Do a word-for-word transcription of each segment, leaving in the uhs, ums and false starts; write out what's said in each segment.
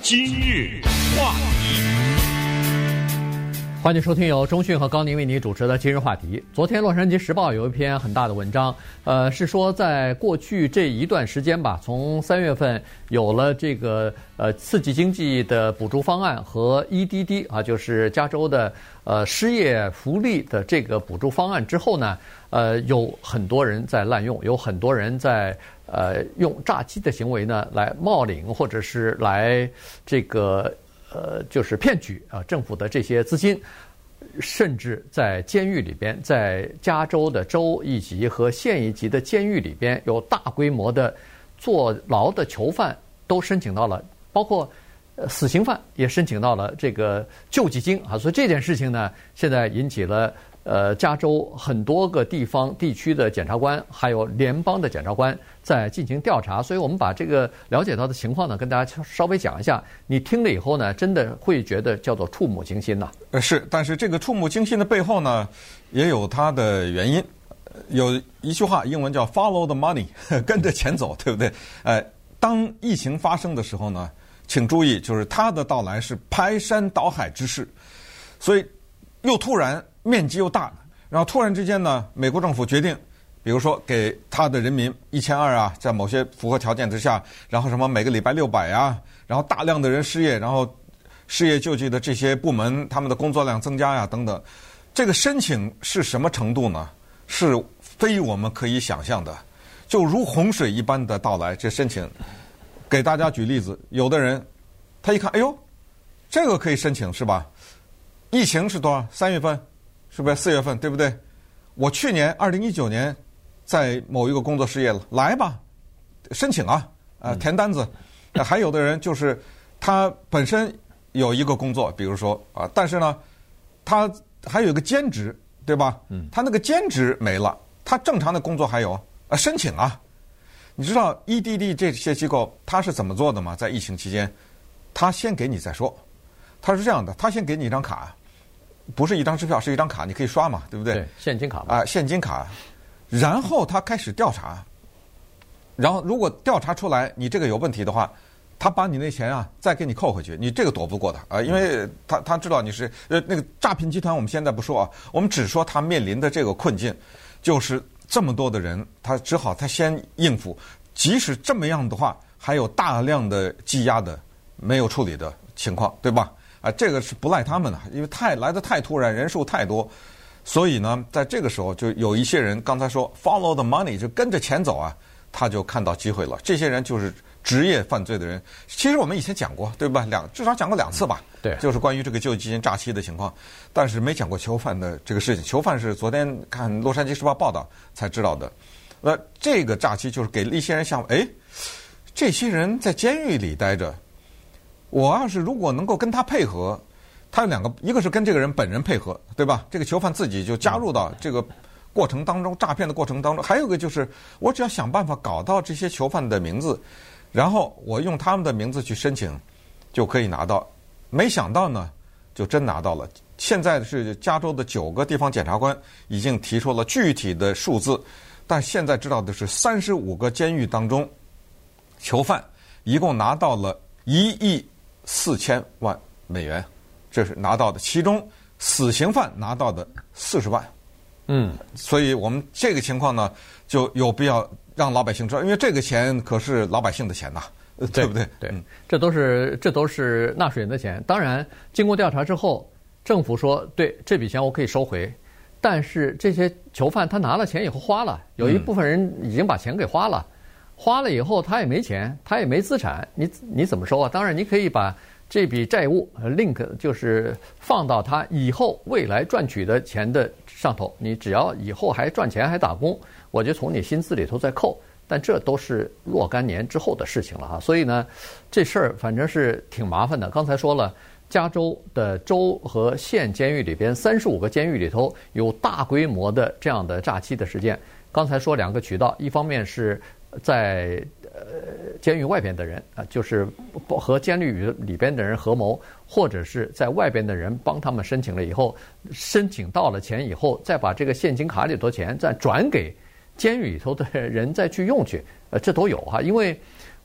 今日话题， 欢迎收听由钟讯和高宁为你主持的今日话题。昨天《洛杉矶时报》有一篇很大的文章，呃，是说在过去这一段时间吧，从三月份有了这个呃刺激经济的补助方案和 E D D 啊，就是加州的呃失业福利的这个补助方案之后呢，呃，有很多人在滥用，有很多人在呃用诈欺的行为呢来冒领或者是来这个。呃，就是骗取啊政府的这些资金，甚至在监狱里边，在加州的州一级和县一级的监狱里边，有大规模的坐牢的囚犯都申请到了，包括呃死刑犯也申请到了这个救济金啊。所以这件事情呢，现在引起了呃加州很多个地方地区的检察官，还有联邦的检察官在进行调查。所以我们把这个了解到的情况呢，跟大家稍微讲一下。你听了以后呢，真的会觉得叫做触目惊心呐。 呃，是，但是这个触目惊心的背后呢，也有它的原因。有一句话，英文叫 "Follow the money"， 跟着钱走，对不对？呃，当疫情发生的时候呢，请注意，就是它的到来是排山倒海之势，所以又突然面积又大，然后突然之间呢，美国政府决定。比如说，给他的人民一千二啊，在某些符合条件之下，然后什么每个礼拜六百啊，然后大量的人失业，然后失业救济的这些部门他们的工作量增加呀等等，这个申请是什么程度呢？是非我们可以想象的，就如洪水一般的到来。这申请，给大家举例子，有的人他一看，哎呦，这个可以申请是吧？疫情是多少？三月份，是不是四月份？对不对？我去年二零一九年。在某一个工作失业了，来吧，申请啊，呃，填单子。呃、还有的人就是他本身有一个工作，比如说啊，但是呢，他还有一个兼职，对吧？嗯，他那个兼职没了，他正常的工作还有啊，申请啊。你知道 E D D 这些机构他是怎么做的吗？在疫情期间，他先给你再说。他是这样的，他先给你一张卡，不是一张支票，是一张卡，你可以刷嘛，对不对？ 对，现金卡啊、呃，现金卡。然后他开始调查，然后如果调查出来你这个有问题的话，他把你那钱啊再给你扣回去，你这个躲不过的啊，因为他他知道你是呃那个诈骗集团，我们现在不说啊，我们只说他面临的这个困境，就是这么多的人，他只好他先应付，即使这么样的话，还有大量的积压的没有处理的情况，对吧？啊，这个是不赖他们的，因为太来的太突然，人数太多。所以呢，在这个时候，就有一些人刚才说 "follow the money"， 就跟着钱走啊，他就看到机会了。这些人就是职业犯罪的人。其实我们以前讲过，对吧？两至少讲过两次吧。 对， 就是关于这个救济金诈欺的情况，但是没讲过囚犯的这个事情。囚犯是昨天看《洛杉矶时报》报道才知道的。那这个诈欺就是给了一些人想，哎，这些人在监狱里待着，我要是如果能够跟他配合。他有两个，一个是跟这个人本人配合，对吧？这个囚犯自己就加入到这个过程当中，诈骗的过程当中。还有一个就是，我只要想办法搞到这些囚犯的名字，然后我用他们的名字去申请，就可以拿到。没想到呢，就真拿到了。现在是加州的九个地方检察官已经提出了具体的数字，但现在知道的是，三十五个监狱当中，囚犯一共拿到了一亿四千万美元。这是拿到的，其中死刑犯拿到的四十万， 嗯， 所以我们这个情况呢，就有必要让老百姓知道，因为这个钱可是老百姓的钱呐，对不对？ 对，嗯、这都是这都是纳税人的钱。当然，经过调查之后，政府说对这笔钱我可以收回，但是这些囚犯他拿了钱以后花了，有一部分人已经把钱给花了，嗯、花了以后他也没钱，他也没资产，你你怎么收啊？当然，你可以把。这笔债务 link 就是放到他以后未来赚取的钱的上头，你只要以后还赚钱还打工，我就从你薪资里头再扣。但这都是若干年之后的事情了哈，所以呢，这事儿反正是挺麻烦的。刚才说了，加州的州和县监狱里边，三十五个监狱里头有大规模的这样的诈欺的事件。刚才说两个渠道，一方面是在呃监狱外边的人啊，就是和监狱里边的人合谋，或者是在外边的人帮他们申请了以后，申请到了钱以后，再把这个现金卡里头钱再转给监狱里头的人再去用去，呃，这都有哈。因为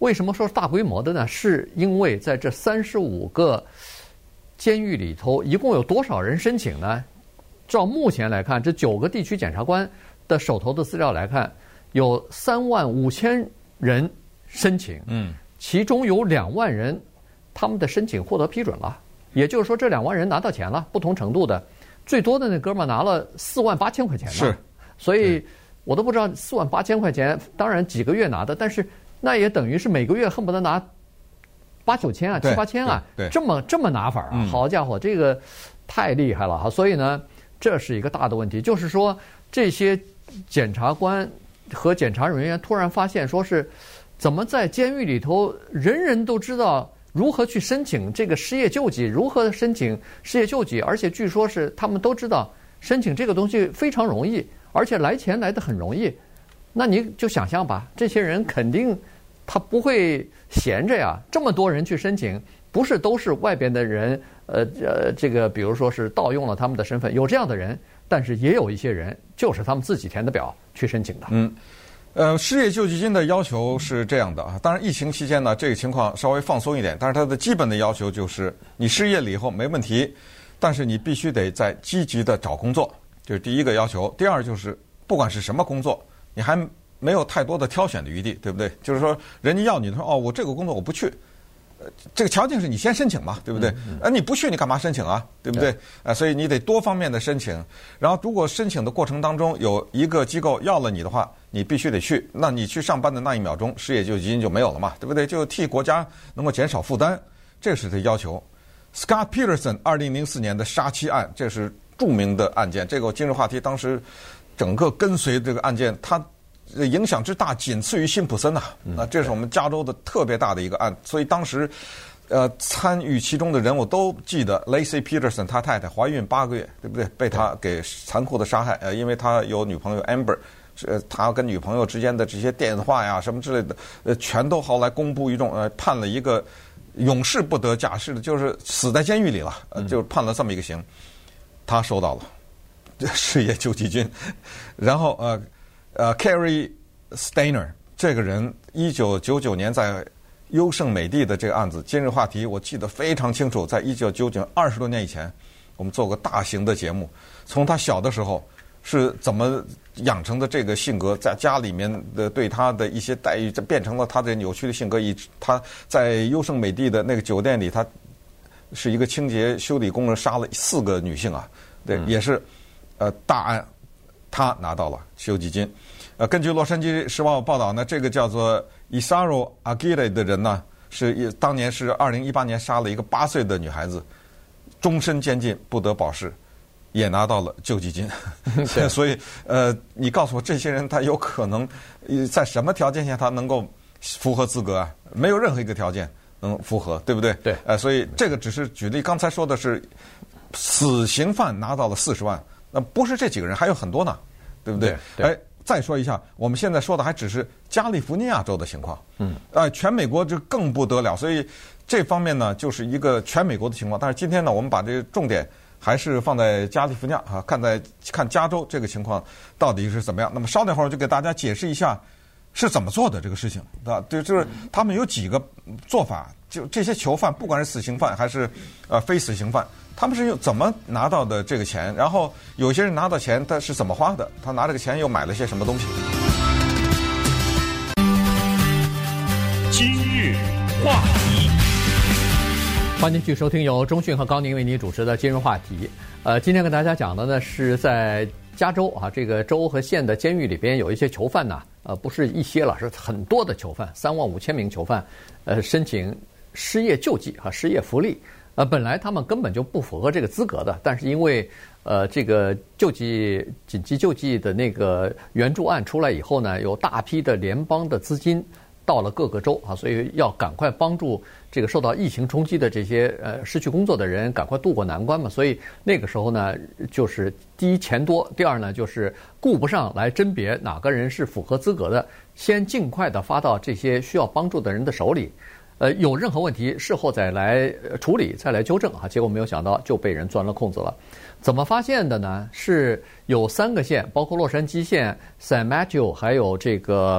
为什么说是大规模的呢？是因为在这三十五个监狱里头，一共有多少人申请呢？照目前来看，这九个地区检察官的手头的资料来看，有三万五千人申请，嗯，其中有两万人他们的申请获得批准了，也就是说这两万人拿到钱了，不同程度的，最多的那哥们儿拿了四万八千块钱呢， 是， 所以我都不知道四万八千块钱，当然几个月拿的，但是那也等于是每个月恨不得拿八九千啊，七八千啊，这么这么拿法啊，嗯、好家伙，这个太厉害了哈！所以呢，这是一个大的问题，就是说这些检察官和检察人员突然发现，说是怎么在监狱里头，人人都知道如何去申请这个失业救济，如何申请失业救济，而且据说是他们都知道申请这个东西非常容易，而且来钱来得很容易。那你就想象吧，这些人肯定他不会闲着呀，这么多人去申请，不是都是外边的人，呃呃，这个比如说是盗用了他们的身份，有这样的人，但是也有一些人就是他们自己填的表去申请的。 嗯，呃，失业救济金的要求是这样的啊，当然疫情期间呢，这个情况稍微放松一点，但是它的基本的要求就是你失业了以后没问题，但是你必须得在积极的找工作，这是第一个要求。第二就是不管是什么工作，你还没有太多的挑选的余地，对不对？就是说，人家要你说哦，我这个工作我不去，呃，这个条件是你先申请嘛，对不对？啊、嗯嗯，你不去你干嘛申请啊？对不对？啊、呃，所以你得多方面的申请。然后，如果申请的过程当中有一个机构要了你的话，你必须得去。那你去上班的那一秒钟，失业救济金就没有了嘛，对不对？就替国家能够减少负担，这是他要求。Scott Peterson 二零零四年的杀妻案，这是著名的案件。这个今日话题当时整个跟随这个案件，它影响之大，仅次于辛普森呐。啊，这是我们加州的特别大的一个案，所以当时，呃，参与其中的人我都记得 ，Laci Peterson 他太太怀孕八个月，对不对？被他给残酷的杀害，呃，因为他有女朋友 Amber， 呃，他跟女朋友之间的这些电话呀什么之类的，呃，全都后来公布于众，呃，判了一个永世不得假释的，就是死在监狱里了，呃，就判了这么一个刑，他收到了失业救济金，然后呃。呃 ，Carrie Steiner 这个人，一九九九年在优胜美地的这个案子，今日话题我记得非常清楚。在一九九九二十多年以前，我们做过大型的节目，从他小的时候是怎么养成的这个性格，在家里面的对他的一些待遇，这变成了他的扭曲的性格。以他在优胜美地的那个酒店里，他是一个清洁修理工人，杀了四个女性啊，对，嗯、也是呃大案。他拿到了救济金，呃，根据《洛杉矶时报》报道呢，这个叫做 Isaro Aguirre 的人呢，是当年是二零一八年杀了一个八岁的女孩子，终身监禁不得保释，也拿到了救济金。所以，呃，你告诉我，这些人他有可能在什么条件下他能够符合资格啊？没有任何一个条件能符合，对不对？ 对。 呃，所以这个只是举例，刚才说的是死刑犯拿到了四十万。那不是这几个人，还有很多呢，对不对？ 对对哎，再说一下，我们现在说的还只是加利福尼亚州的情况。嗯，呃，全美国就更不得了，所以这方面呢，就是一个全美国的情况。但是今天呢，我们把这个重点还是放在加利福尼亚啊，看在看加州这个情况到底是怎么样。那么稍等会儿就给大家解释一下是怎么做的这个事情，对吧？对，就是他们有几个做法，就这些囚犯，不管是死刑犯还是呃非死刑犯。他们是用怎么拿到的这个钱？然后有些人拿到钱，他是怎么花的？他拿这个钱又买了些什么东西？ 今日话题， 欢迎继续收听由钟讯和高宁为你主持的今日话题。呃，今天跟大家讲的呢是在加州啊，这个州和县的监狱里边有一些囚犯呐，呃，不是一些了，是很多的囚犯，三万五千名囚犯，呃，申请失业救济和失业福利。呃，本来他们根本就不符合这个资格的，但是因为呃这个救济紧急救济的那个援助案出来以后呢，有大批的联邦的资金到了各个州啊，所以要赶快帮助这个受到疫情冲击的这些呃失去工作的人赶快渡过难关嘛。所以那个时候呢，就是第一钱多，第二呢就是顾不上来甄别哪个人是符合资格的，先尽快的发到这些需要帮助的人的手里。呃，有任何问题事后再来处理，再来纠正啊。结果没有想到就被人钻了空子了。怎么发现的呢？是有三个县，包括洛杉矶县、San Mateo 还有这个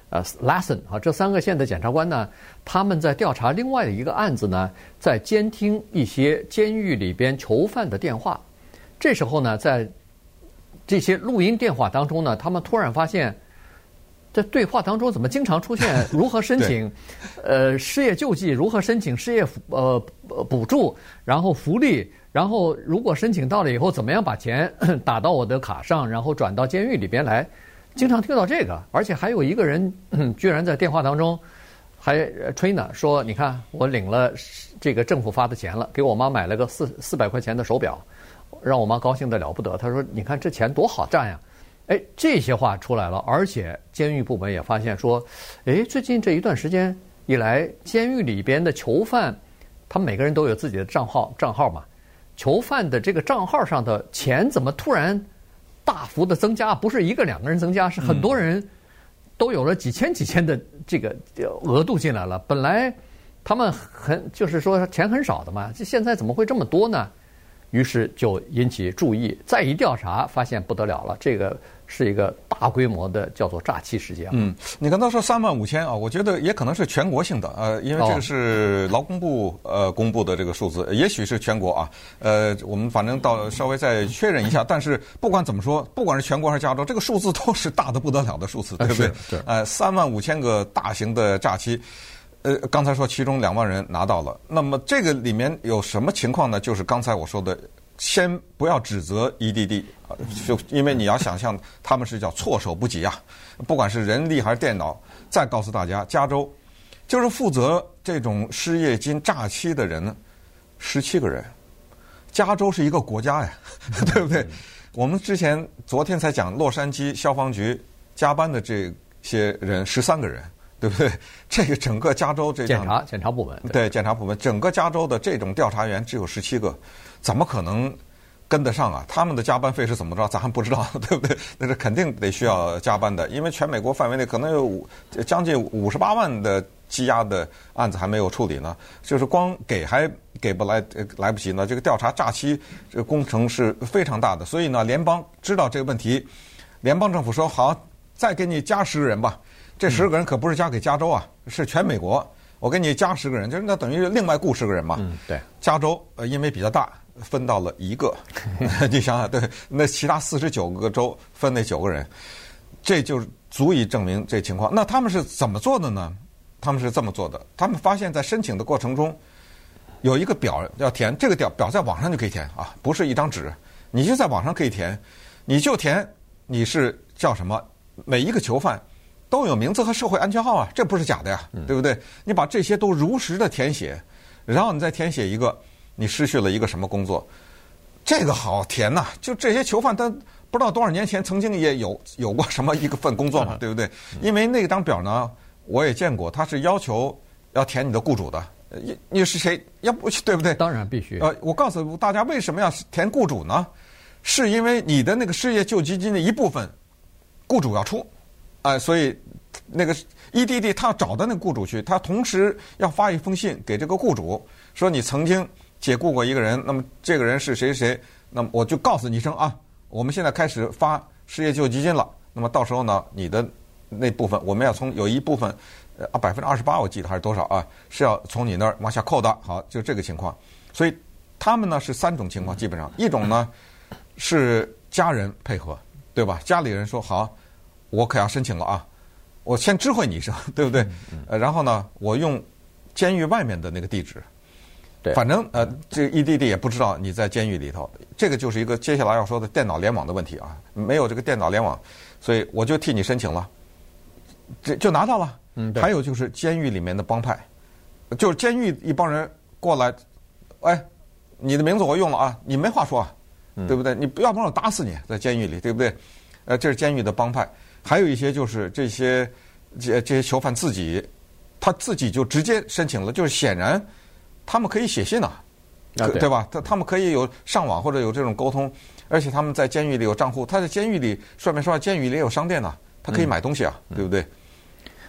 呃 Lassen 啊，这三个县的检察官呢，他们在调查另外的一个案子呢，在监听一些监狱里边囚犯的电话。这时候呢，在这些录音电话当中呢，他们突然发现，在对话当中怎么经常出现如何申请呃失业救济，如何申请失业呃补助，然后福利，然后如果申请到了以后，怎么样把钱打到我的卡上，然后转到监狱里边来。经常听到这个，而且还有一个人居然在电话当中还吹呢，说你看我领了这个政府发的钱了，给我妈买了个四四百块钱的手表，让我妈高兴得了不得。他说你看这钱多好赚呀。哎，这些话出来了，而且监狱部门也发现说，哎，最近这一段时间以来，监狱里边的囚犯，他们每个人都有自己的账号账号嘛，囚犯的这个账号上的钱怎么突然大幅的增加？不是一个两个人增加，是很多人都有了几千几千的这个额度进来了。本来他们很就是说钱很少的嘛，这现在怎么会这么多呢？于是就引起注意，再一调查发现不得了了，这个是一个大规模的叫做诈欺事件。 嗯，你刚才说三万五千啊，我觉得也可能是全国性的，呃，因为这个是劳工部呃公布的这个数字，也许是全国啊，呃，我们反正到稍微再确认一下。但是不管怎么说，不管是全国还是加州，这个数字都是大的不得了的数字，对不对？ 是。 呃，三万五千个大型的诈欺。呃，刚才说其中两万人拿到了，那么这个里面有什么情况呢？就是刚才我说的，先不要指责 E D D 啊，就因为你要想象他们是叫措手不及啊，不管是人力还是电脑。再告诉大家，加州就是负责这种失业金诈欺的人，十七个人。加州是一个国家呀，对不对？我们之前昨天才讲洛杉矶消防局加班的这些人十三个人。对不对？这个整个加州这检察检察部门， 对, 对检察部门，整个加州的这种调查员只有十七个，怎么可能跟得上啊？他们的加班费是怎么着？咱还不知道，对不对？那是肯定得需要加班的，因为全美国范围内可能有五将近五十八万的积压的案子还没有处理呢，就是光给还给不来来不及呢。这个调查诈欺这个工程是非常大的，所以呢，联邦知道这个问题，联邦政府说好，再给你加十个人吧。这十个人可不是加给加州啊，是全美国。我给你加十个人，就是那等于另外雇十个人嘛。 嗯，对。 加州呃因为比较大，分到了一个。你想想，对，那其他四十九个州分那九个人，这就足以证明这情况。那他们是怎么做的呢？他们是这么做的：他们发现，在申请的过程中，有一个表要填，这个表表在网上就可以填啊，不是一张纸，你就在网上可以填，你就填你是叫什么，每一个囚犯都有名字和社会安全号啊，这不是假的呀，对不对？你把这些都如实的填写，然后你再填写一个你失去了一个什么工作，这个好填呐！就这些囚犯他不知道多少年前曾经也有有过什么一个份工作嘛，对不对？因为那张表呢，我也见过，他是要求要填你的雇主的，你你是谁？要不对不对？ 当然必须。 呃，我告诉大家为什么要填雇主呢？是因为你的那个失业救济金的一部分，雇主要出。啊、呃，所以那个 E D D 他要找到那个雇主去，他同时要发一封信给这个雇主，说你曾经解雇过一个人，那么这个人是谁谁，那么我就告诉你一声啊，我们现在开始发失业救济金了。那么到时候呢，你的那部分我们要从有一部分啊百分之二十八我记得还是多少啊，是要从你那儿往下扣的。好，就这个情况。所以他们呢是三种情况，基本上一种呢是家人配合，对吧？家里人说好。我可要申请了啊！我先知会你一声，对不对？呃，然后呢，我用监狱外面的那个地址， 对， 反正呃，这个 E D D 也不知道你在监狱里头，这个就是一个接下来要说的电脑联网的问题啊。没有这个电脑联网，所以我就替你申请了，这就拿到了。 嗯，对。 还有就是监狱里面的帮派，就是监狱一帮人过来，哎，你的名字我用了啊，你没话说啊，对不对？你要不然我打死你，在监狱里，对不对？呃，这是监狱的帮派。还有一些就是这些这这些囚犯自己，他自己就直接申请了，就是显然他们可以写信啊， 啊对, 对吧？他他们可以有上网或者有这种沟通，而且他们在监狱里有账户，他在监狱里顺便说，监狱里也有商店呢、啊，他可以买东西啊，嗯、对不对？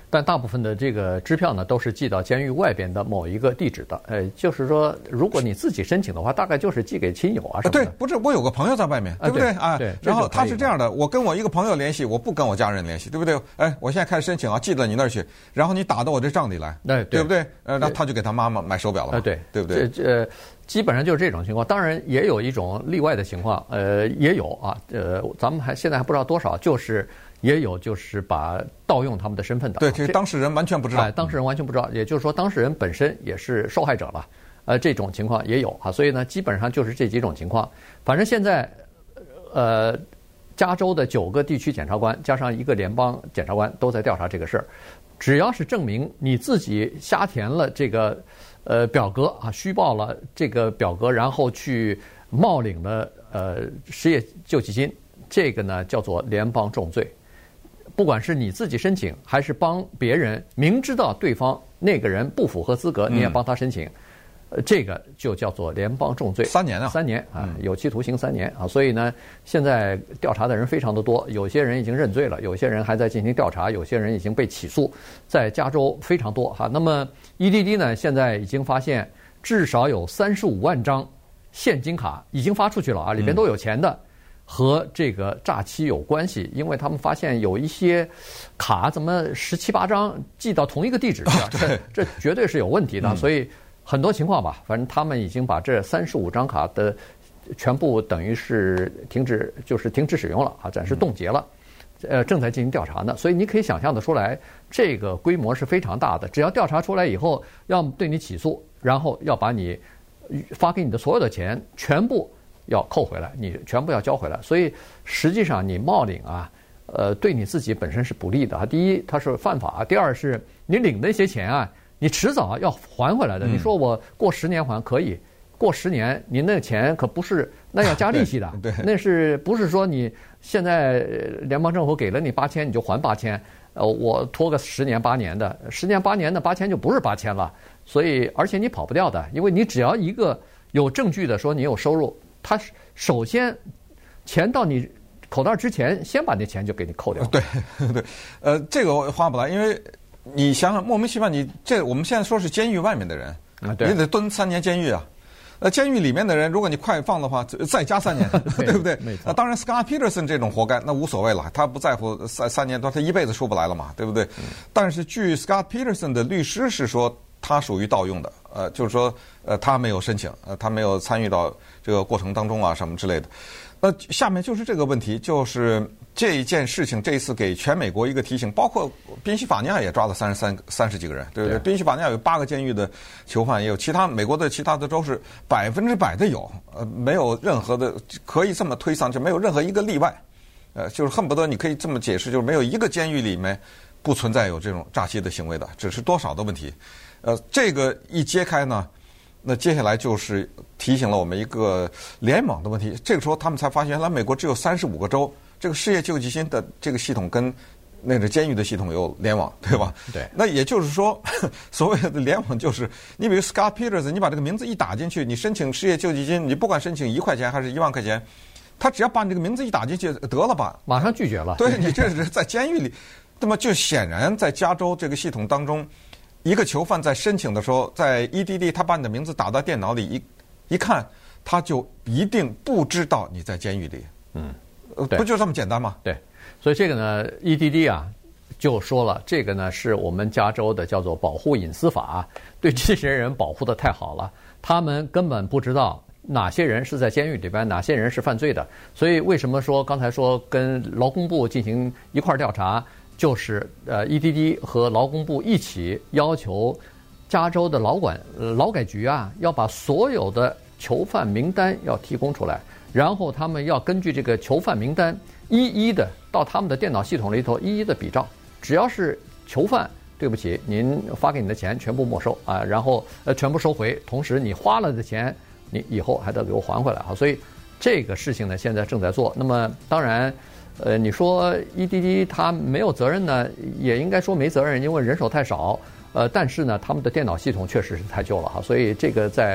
但大部分的这个支票呢，都是寄到监狱外边的某一个地址的。呃，就是说，如果你自己申请的话，大概就是寄给亲友啊什么的。 对，不是，我有个朋友在外面，对不对啊？ 对。 然后他是这样的，我跟我一个朋友联系，我不跟我家人联系，对不对？哎，我现在开始申请啊，寄到你那儿去，然后你打到我这账里来， 对对不对？呃，然后他就给他妈妈买手表了。 啊，对， 对不对？ 这这基本上就是这种情况。当然也有一种例外的情况，呃，也有啊，呃，咱们还现在还不知道多少，就是也有就是把盗用他们的身份的。 对，这当事人完全不知道。 哎，当事人完全不知道，也就是说，当事人本身也是受害者了。呃，这种情况也有啊，所以呢，基本上就是这几种情况。反正现在，呃，加州的九个地区检察官加上一个联邦检察官都在调查这个事儿。只要是证明你自己瞎填了这个呃表格啊，虚报了这个表格，然后去冒领了呃失业救济金，这个呢叫做联邦重罪。不管是你自己申请，还是帮别人，明知道对方那个人不符合资格，你也帮他申请。呃，这个就叫做联邦重罪， 三年啊， 三年啊，有期徒刑三年啊。所以呢，现在调查的人非常的多，有些人已经认罪了，有些人还在进行调查，有些人已经被起诉，在加州非常多哈。那么 E D D 呢，现在已经发现至少有三十五万张现金卡已经发出去了啊，里边都有钱的，和这个诈欺有关系，因为他们发现有一些卡怎么十七八张寄到同一个地址上，这这绝对是有问题的，所以。很多情况吧，反正他们已经把这三十五张卡的全部等于是停止，就是停止使用了啊，暂时冻结了，呃，正在进行调查呢。所以你可以想象得出来，这个规模是非常大的。只要调查出来以后，要对你起诉，然后要把你发给你的所有的钱全部要扣回来，你全部要交回来。所以实际上你冒领啊，呃，对你自己本身是不利的啊。第一，它是犯法；第二是你领那些钱啊。你迟早要还回来的。你说我过十年还可以，过十年您那钱可不是那要加利息的， 对， 那是不是说你现在联邦政府给了你八千你就还八千？呃，我拖个十年八年的，十年八年的八千就不是八千了。所以而且你跑不掉的，因为你只要一个有证据的说你有收入，他首先钱到你口袋之前，先把那钱就给你扣掉。 对对，呃，这个我划不来，因为。你想想，莫名其妙，你这我们现在说是监狱外面的人， 啊，对， 你得蹲三年监狱啊。呃，监狱里面的人，如果你快放的话，再加三年，对, 对不对？ 没错。 那当然 ，Scott Peterson 这种活该，那无所谓了，他不在乎三三年多，他一辈子出不来了嘛，对不对？嗯、但是据 Scott Peterson 的律师是说，他属于盗用的，呃，就是说，呃，他没有申请，呃，他没有参与到这个过程当中啊，什么之类的。那下面就是这个问题，就是这一件事情，这一次给全美国一个提醒，包括宾夕法尼亚也抓了三十三三十几个人，对不对？宾夕法尼亚有八个监狱的囚犯，也有其他美国的其他的州是百分之百的有，呃，没有任何的可以这么推算，就没有任何一个例外，呃，就是恨不得你可以这么解释，就是没有一个监狱里面不存在有这种诈欺的行为的，只是多少的问题。呃，这个一揭开呢。那接下来就是提醒了我们一个联网的问题。这个时候他们才发现，原来美国只有三十五个州，这个失业救济金的这个系统跟那个监狱的系统有联网，对吧？ 对。 那也就是说，所谓的联网就是，你比如 Scott Peterson， 你把这个名字一打进去，你申请失业救济金，你不管申请一块钱还是一万块钱，他只要把你这个名字一打进去，得了吧？ 马上拒绝了。 对，你这是在监狱里，那么就显然在加州这个系统当中。一个囚犯在申请的时候，在 E D D 他把你的名字打到电脑里一一看，他就一定不知道你在监狱里。 嗯， 不就这么简单吗？ 对，所以这个呢 ，E D D 啊就说了，这个呢是我们加州的叫做保护隐私法，对这些人保护的太好了，他们根本不知道哪些人是在监狱里边，哪些人是犯罪的。所以为什么说刚才说跟劳工部进行一块调查？就是呃 ，E D D 和劳工部一起要求加州的劳管、呃、劳改局啊，要把所有的囚犯名单要提供出来，然后他们要根据这个囚犯名单一一的到他们的电脑系统里头一一的比照，只要是囚犯，对不起，您发给你的钱全部没收啊，然后呃全部收回，同时你花了的钱，你以后还得给我还回来啊。所以这个事情呢，现在正在做。那么当然。呃，你说 E D D 他没有责任呢，也应该说没责任，因为人手太少。呃，但是呢，他们的电脑系统确实是太旧了哈，所以这个在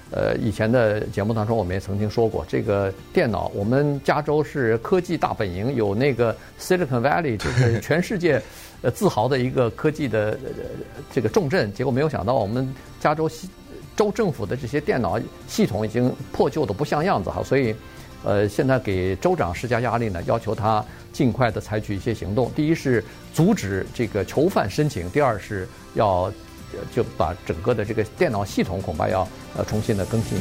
呃，以前的节目当中我们也曾经说过，这个电脑，我们加州是科技大本营，有那个 Silicon Valley， 就是全世界呃自豪的一个科技的这个重镇。结果没有想到，我们加州州政府的这些电脑系统已经破旧的不像样子哈，所以呃，现在给州长施加压力呢，要求他尽快的采取一些行动。第一是阻止这个囚犯申请，第二是要就把整个的这个电脑系统恐怕要呃重新的更新。